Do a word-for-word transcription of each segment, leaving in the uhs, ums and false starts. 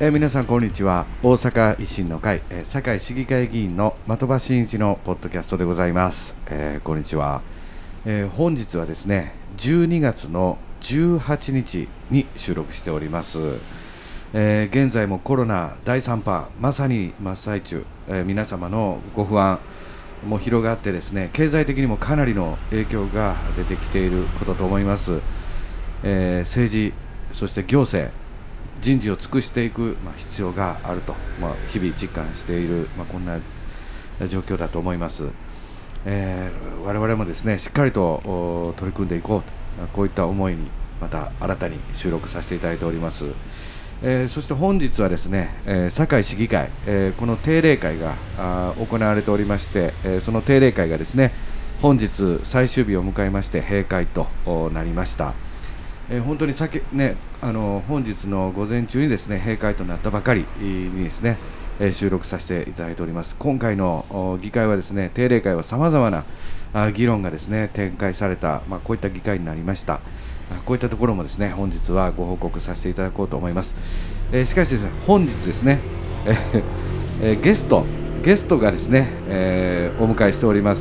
えー、皆さんこんにちは。大阪維新の会、えー、堺市議会議員の的場真一のポッドキャストでございます。えー、こんにちは。えー、本日はですねじゅうにがつのじゅうはちにちに収録しております。えー、現在もコロナだいさん波まさに真っ最中、えー、皆様のご不安も広がってですね、経済的にもかなりの影響が出てきていることと思います。えー、政治そして行政人事を尽くしていく、まあ、必要があると、まあ、日々実感している、まあ、こんな状況だと思います。えー、我々もですねしっかりと取り組んでいこうと、こういった思いにまた新たに収録させていただいております。えー、そして本日はですね、えー、堺市議会、えー、この定例会があ行われておりまして、えー、その定例会がですね本日最終日を迎えまして閉会となりました。えー、本当に先、ね、あの本日の午前中にですね閉会となったばかりにですね、えー、収録させていただいております。今回の議会はですね定例会はさまざまなあ議論がですね展開された、まあ、こういった議会になりました。こういったところもですね本日はご報告させていただこうと思います。えー、しかしですね本日ですね、えー、ゲストゲストがですね、えー、お迎えしております。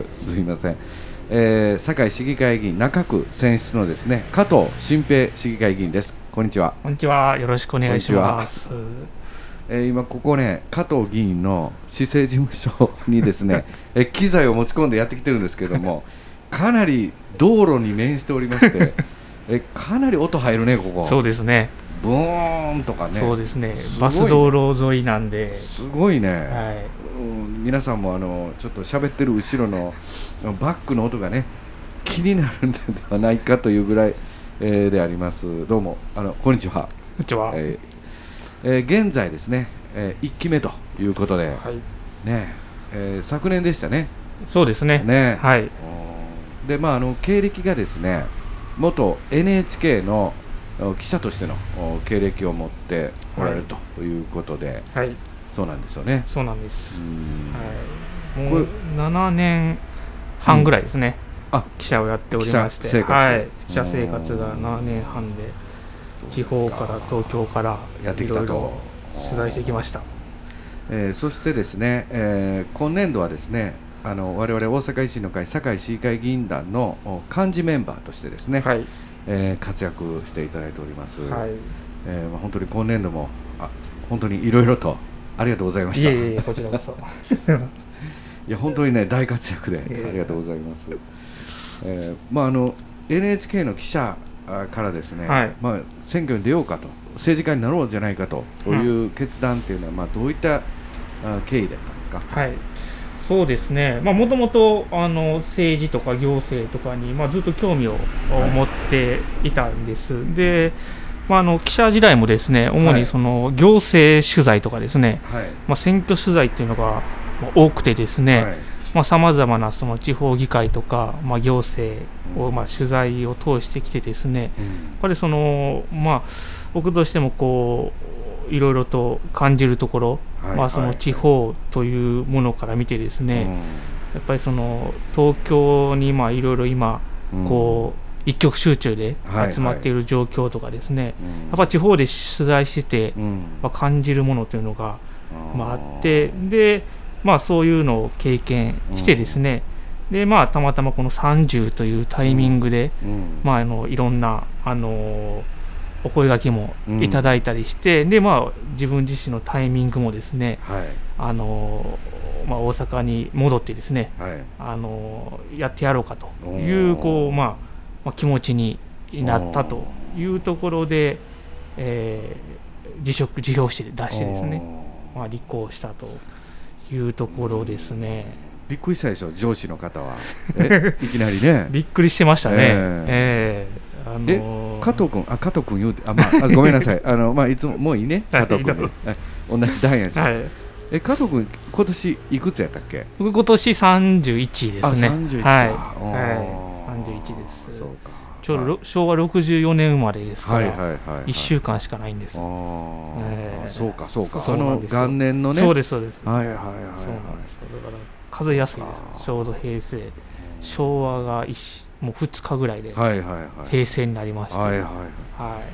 すみません。えー、堺市議会議員中区選出のですね加藤新平市議会議員です。こんにちは。 こんにちは。よろしくお願いします。 えー、今ここね加藤議員の市政事務所にですねえ機材を持ち込んでやってきてるんですけれどもかなり道路に面しておりましてえかなり音入るねここ。 そうですね。 ブーンとかね。 そうですね。バス道路沿いなんですごいね、 はいうん、皆さんもあのちょっと喋ってる後ろのバックの音がね気になるんではないかというぐらい、えー、であります。どうもあのこんにちは。こんにちは。 えーえー、現在ですね、えー、いっきめということで、 はいねえー、昨年でしたね。 そうですね。 ねはい。 でまああの経歴がですね元 エヌエイチケー の記者としての経歴を持っておられるということで、 はい、 そうなんですよね。 そうなんです。 うん、 はい、もうななねんはんぐらいですね、うん、あ記者をやっておりまして、 記者生活、 はい、記者生活がななねんはんで地方から東京からやってきたと取材してきました。 えー、そしてですね、えー、今年度はですねあの我々大阪維新の会堺市議会議員団の幹事メンバーとしてですね、はいえー、活躍していただいております。はいえーまあ、本当に今年度もあ本当にいろいろとありがとうございました。 いえいえこちらこそいや本当にね大活躍でありがとうございます。えーまあ、あの エヌエイチケー の記者からですね、はいまあ、選挙に出ようかと政治家になろうじゃないかという決断というのは、まあ、どういった経緯だったんですか。 はいそうですね、もともと政治とか行政とかに、まあ、ずっと興味を持っていたんです、はいでまあ、あの記者時代もですね主にその行政取材とかですね、はいまあ、選挙取材っていうのが多くてですねさまざ、まなその地方議会とか、まあ、行政をまあ取材を通してきてですね、うん、やっぱりその、まあ、僕としてもこういろいろと感じるところ、はいまあ、その地方というものから見てですね、はいはい、やっぱりその東京にまあいろいろ今こう一極集中で集まっている状況とかですね、はいはい、やっぱ地方で取材してて、まあ、感じるものというのがまああってで、まあ、そういうのを経験してですねで、まあ、たまたまこのさんじゅうというタイミングで、まあ、あのいろんなあのお声掛けもいただいたりして、うん、でまあ、自分自身のタイミングもですね、はいあのまあ、大阪に戻ってですね、はい、あのやってやろうかという、こう、まあまあ、気持ちになったというところで、えー、辞職辞表して出してですね、まあ、立候補したというところですね。 びっくりしたでしょ上司の方はえいきなりねびっくりしてましたね。えーえーあのー、 え加藤君あ加藤君言うてあ、まあ、あごめんなさいあの、まあ、いつももういいね加藤君で、はい、同じ団やし、はい、え加藤君今年いくつやったっけ。 僕今年さんじゅういちですね。 あさんじゅういちか、 はいはい、さんじゅういちです。そうかちょうど、はい、しょうわろくじゅうよねん生まれですから、はいはいはいはい、いっしゅうかんしかないんです。あ、 えー、そうかそうかあの元年のねそうですそうですはいはいはいはい、 そうなんですよ。だから数えやすいです。ちょうど平成昭和がもうふつかぐらいで平成になりました。はいはいはい、はい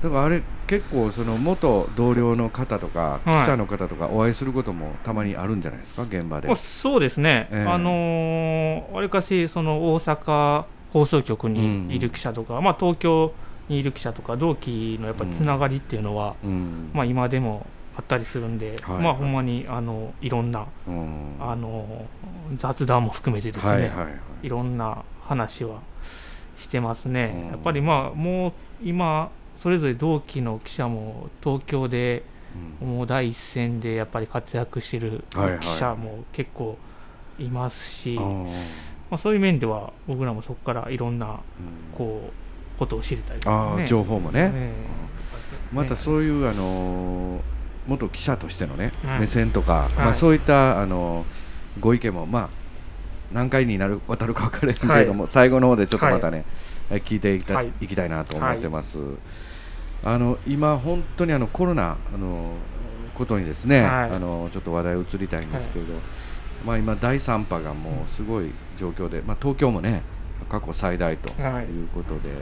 だからあれ結構その元同僚の方とか記者の方とかお会いすることもたまにあるんじゃないですか、現場で。 そうですね、えー、あのー、わりかしその大阪放送局にいる記者とか、うんうん、まあ、東京にいる記者とか同期のやっぱりつながりっていうのは、うん、まあ、今でもあったりするんで、はいはい、まあ、ほんまにあのいろんな、うん、あの雑談も含めてですね、はいはいはい、いろんな話はしてますね、うん、やっぱりまあもう今それぞれ同期の記者も東京でもう第一線でやっぱり活躍してる記者も結構いますし、はいはい、まあ、そういう面では僕らもそこからいろんなこうことを知れたりとか、ね、 あ、情報もね、ね、またそういうあの元記者としてのね、はい、目線とか、はい、まあ、そういったあのご意見もまあ何回になる渡るか分からないけれども、はい、最後の方でちょっとまたね、はい、聞いていきた、はい、いきたいなと思ってます、はい、あの今本当にあのコロナあのことにですね、はい、あのちょっと話題移りたいんですけれど、はい、まあ、今だいさん波がもうすごい状況で、まあ、東京もね過去最大ということで、はい、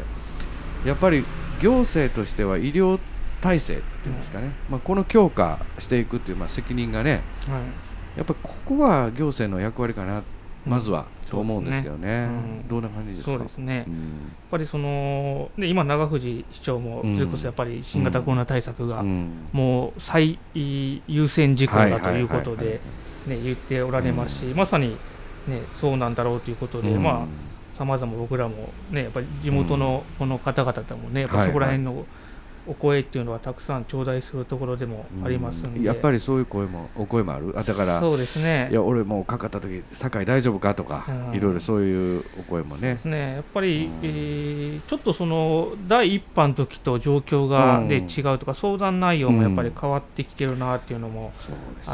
やっぱり行政としては医療体制っていうんですかね、うん、まあ、この強化していくっていうまあ責任がね、はい、やっぱりここは行政の役割かな、まずは、うん、と思うんですけどね、うん、どんな感じですか。 そうですね、うん、やっぱりそので今長藤市長もそれこそやっぱり新型コロナ対策がもう最優先事項だということで言っておられますし、まさに、ね、そうなんだろうということで、うん、まあさまざま僕らもねやっぱり地元のこの方々ともね、やっぱそこら辺のお声っていうのはたくさん頂戴するところでもありますんで、 うん、やっぱりそういう声もお声もある。あ、だからそうですね、 いや俺もうかかった時堺大丈夫かとか、うん、いろいろそういうお声もね。そうですね、やっぱり、うん、えー、ちょっとその第一波の時と状況がで違うとか、うん、相談内容もやっぱり変わってきてるなっていうのもあって、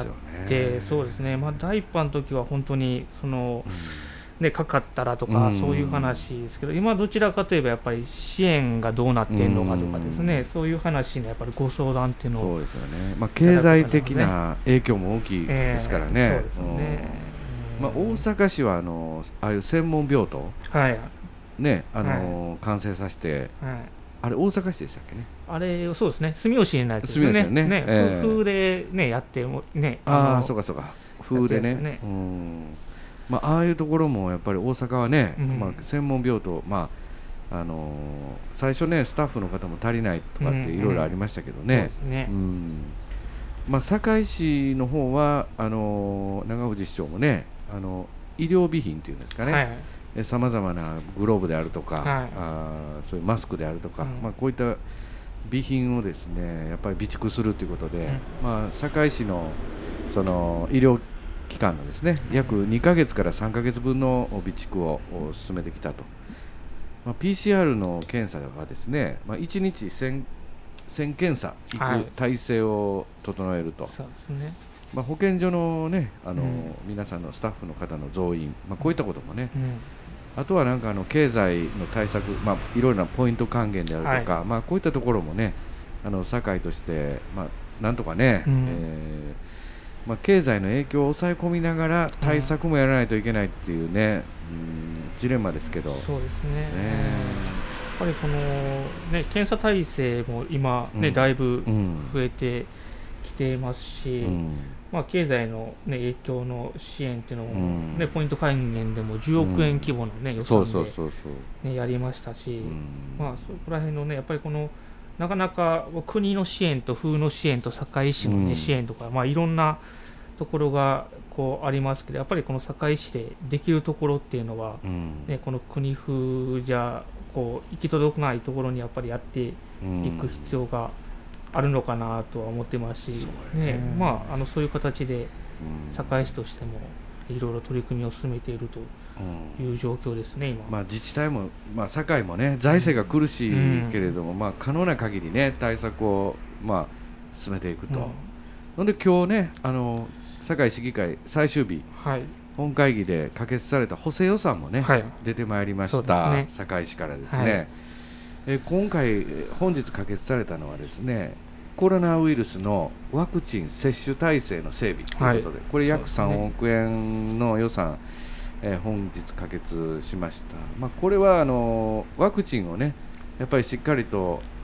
うん、そうですね、まあ、第一波の時は本当にその、うんね、かかったらとか、うん、そういう話ですけど、今どちらかといえばやっぱり支援がどうなっているのかとかですね、うん、そういう話のやっぱりご相談っていうのを、 そうですよね、まあ、経済的な影響も大きいですからね、えー、そうですよね、うん、まあ、大阪市はあのああいう専門病棟、はい、ね、あの、はい、完成させて、はい、あれ大阪市でしたっけね。 あれそうですね、住吉になるんですよね。住吉ね、ね、えー、風でねやってもね、 ああそうかそうか、風で ね, ね、うん、まあ、ああいうところもやっぱり大阪はね、うん、まあ、専門病棟、まああのー、最初ねスタッフの方も足りないとかっていろいろありましたけどね、まあ、堺市の方はあのー、長藤市長もね、あの医療備品っていうんですかね、さまざまなグローブであるとか、はい、あそういうマスクであるとか、うん、まあ、こういった備品をですねやっぱり備蓄するということで、うん、まあ、堺市のその医療期間のですね約にかげつからさんかげつぶんの備蓄を進めてきたと、まあ、ピーシーアール の検査はですね、まあ、いちにち せん, せん検査行く体制を整えると、はい、そうですね、まあ、保健所のねあの、うん、皆さんのスタッフの方の増員、まあ、こういったこともね、うん、あとはなんかあの経済の対策、まあ、いろいろなポイント還元であるとか、はい、まあ、こういったところもねあの堺として、まあ、なんとかね、うん、えーまあ、経済の影響を抑え込みながら対策もやらないといけないっていうね、うん、ジレンマですけど。 そうですね、ね、やっぱりこの、ね、検査体制も今、ね、うん、だいぶ増えてきてますし、うん、まあ、経済の、ね、影響の支援っていうのも、ね、うん、ポイント還元でもじゅうおくえん規模の、ね、予算で、ね、やりましたし、まあ、そこら辺のねやっぱりこのなかなか国の支援と風の支援と堺市の、ね、うん、支援とか、まあ、いろんなところがこうありますけど、やっぱりこの堺市でできるところっていうのは、うん、ね、この国風じゃこう行き届かないところにやっぱりやっていく必要があるのかなとは思ってますし、うん、ね、まあ、あのそういう形で堺市としてもいろいろ取り組みを進めているという状況ですね、今。 まあ、自治体も、まあ、堺もね財政が苦しいけれども、うん、まあ、可能な限りね対策を、まあ、進めていくと、うん、ほんで今日ねあの堺市議会最終日、はい、本会議で可決された補正予算もね、はい、出てまいりました、ね、堺市からですね、はい、え今回本日可決されたのはですねコロナウイルスのワクチン接種体制の整備ということで、はい、これ約さんおくえんの予算、えー、本日可決しました。まあ、これはあのワクチンをねやっぱりしっかりと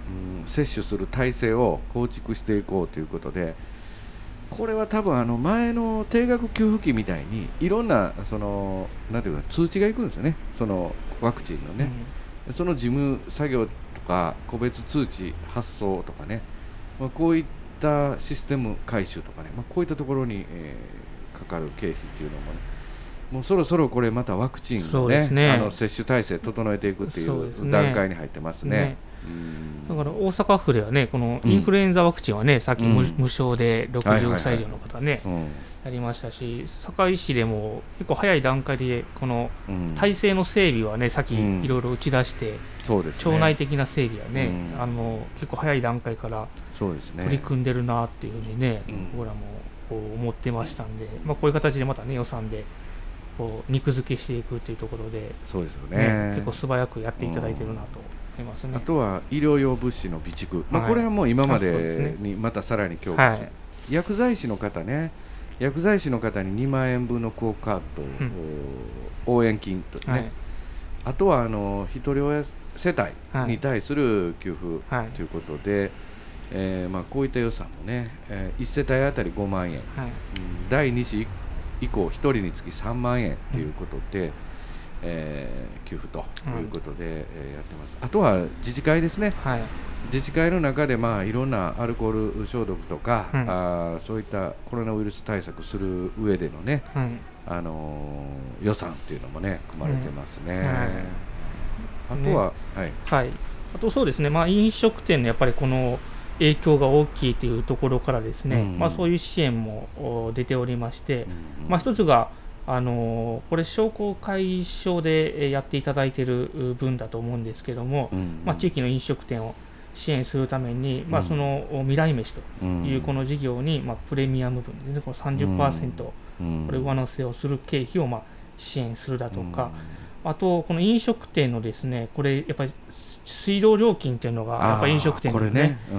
うん、接種する体制を構築していこうということで、これは多分あの前の定額給付金みたいにいろんなそのなんていうか通知がいくんですよね、そのワクチンのね、うん、その事務作業とか個別通知発送とかね、まあ、こういったシステム改修とかね、まあ、こういったところに、えー、かかる経費っていうのもね、もうそろそろこれまたワクチンの、ねね、あの接種体制整えていくっていう段階に入ってますね。ね、 うん、だから大阪府ではね、このインフルエンザワクチンはね、うん、さっき 無,、うん、無償でろくじゅっさい以上の方ね、はいはいはい、やりましたし、堺市でも結構早い段階でこの体制の整備はね、さっきいろいろ打ち出して、うんそうですね、町内的な整備はね、うん、あの結構早い段階から取り組んでるなっていうふうにね、うん、僕らもこう思ってましたんで、まあ、こういう形でまたね予算でこう肉付けしていくというところで、 そうですよね、 ね、結構素早くやっていただいてるなと思いますね、うん、 あとは医療用物資の備蓄、まあ、これはもう今までにまたさらに強化して、はい、薬剤師の方ね、薬剤師の方ににまんえんぶんのクオカード、うん、応援金とね、はい、あとはあのひとり親世帯に対する給付ということで、はい、えーまあ、こういった予算もね、えー、いち世帯あたりごまんえん、はい、うん、だいに子以降ひとりにつきさんまんえんということで、うん、えー、給付ということで、うん、えー、やってます。あとは自治会ですね、はい、自治会の中で、まあ、いろんなアルコール消毒とか、うん、あそういったコロナウイルス対策する上でのね、うん、あのー、予算っていうのもね組まれてますね、うん、はい、あとは、ね、 はいはい、あとそうですね、まあ、飲食店のやっぱりこの影響が大きいというところからですね、うんうん、まあ、そういう支援も出ておりまして、うんうん、まあ、一つがあのこれ商工会所でやっていただいている分だと思うんですけども、うんうん、まあ、地域の飲食店を支援するために、うん、まあ、その未来飯というこの事業に、まあ、プレミアム分で、ね、この さんじゅっパーセント、うん、これ上乗せをする経費をまあ支援するだとか、うん、あとこの飲食店のですね、これやっぱり水道料金というのがやっぱり飲食店に、ねね、うん、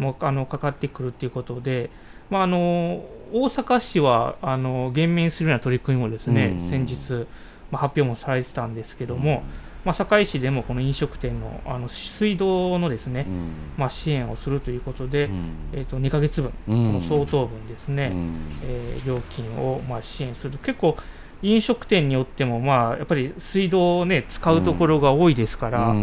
もうあのかかってくるということで、まあ、あの大阪市はあの減免するような取り組みもですね、うん、先日、まあ、発表もされてたんですけども、うん、まあ、堺市でもこの飲食店 の, あの水道のですね、うん、まあ、支援をするということで、うん、えー、とにかげつぶん、うん、この相当分ですね、うん、えー、料金をまあ支援する。結構飲食店によってもまあやっぱり水道を、ね、使うところが多いですから、うん、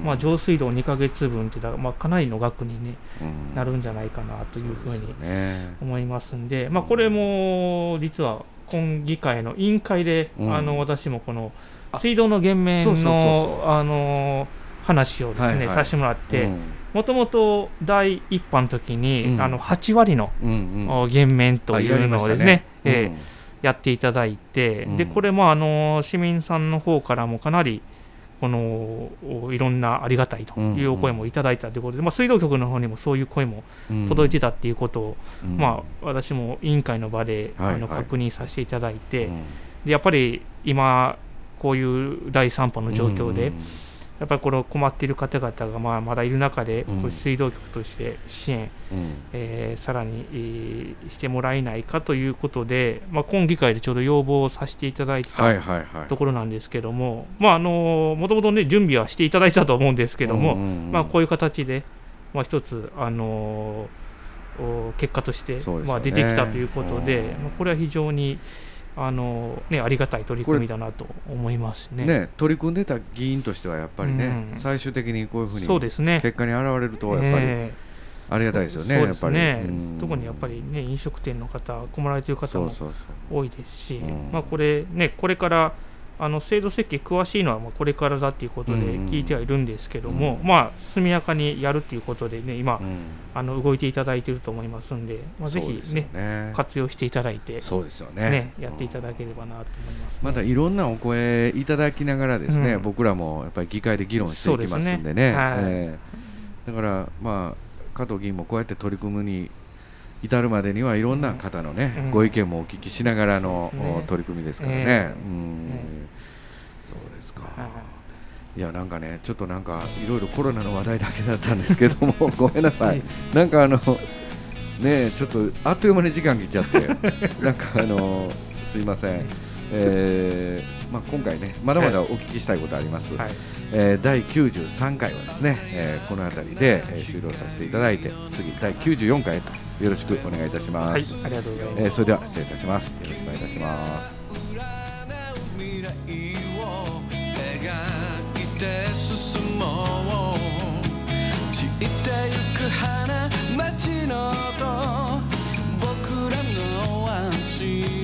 まあ、上水道にかげつぶんってだ、まあ、かなりの額に、ね、うん、なるんじゃないかなというふうに思いますんで、まあ、これも実は今議会の委員会で、うん、あの私もこの水道の減免の話をですね、はいはい、させてもらって、もともとだいいっぱんの時に、うん、あのはちわりの、うんうん、減免というのをですね、えーやっていただいて、でこれもあの市民さんの方からもかなりこのいろんなありがたいというお声もいただいたということで、まあ、水道局の方にもそういう声も届いてたっていうことを、まあ、私も委員会の場であの確認させていただいて、でやっぱり今こういうだいさん波の状況でやっぱりこの困っている方々がまあまだいる中で、これ水道局として支援、うん、えー、さらに、えー、してもらえないかということで、まあ、今議会でちょうど要望をさせていただいてた、はいはいはい、ところなんですけども、まああのもともとね準備はしていただいたと思うんですけども、うんうんうん、まあ、こういう形で、まあ、一つあの結果として、ね、まあ、出てきたということで、まあ、これは非常にあのね、ありがたい取り組みだなと思います ね, ね取り組んでた議員としてはやっぱりね、うん、最終的にこういうふうに結果に現れるとやっぱりありがたいですよね。 そうですね、特にやっぱりね飲食店の方困られている方も多いですし、うん、まあ、これねこれからあの制度設計詳しいのはまあこれからだということで聞いてはいるんですけども、うん、まあ速やかにやるということでね今、うん、あの動いていただいていると思いますので、まあ、ぜひ ね, ね活用していただいて、 そうですよね、ねやっていただければなと思います、ね、 またいろんなお声いただきながらですね、うん、僕らもやっぱり議会で議論していきますんでね、はい、えー、だからまあ加藤議員もこうやって取り組むに至るまでにはいろんな方のね、うん、ご意見もお聞きしながらの、ね、取り組みですからね、えー、うん、ね、そうですか、いやなんかねちょっとなんかいろいろコロナの話題だけだったんですけどもごめんなさい、なんかあのねちょっとあっという間に時間来ちゃってなんかあのすいません、 えーまあ、今回ねまだまだお聞きしたいことあります、はい、えー、だいきゅうじゅうさんかいはですね、えー、この辺りで、えー、終了させていただいて、次だいきゅうじゅうよんかいへとよろしくお願いいたします。 はい、ありがとうございます。 えー、それでは失礼いたします。よろしくお願いいたします。進もう散ってゆく花街の音僕らの安心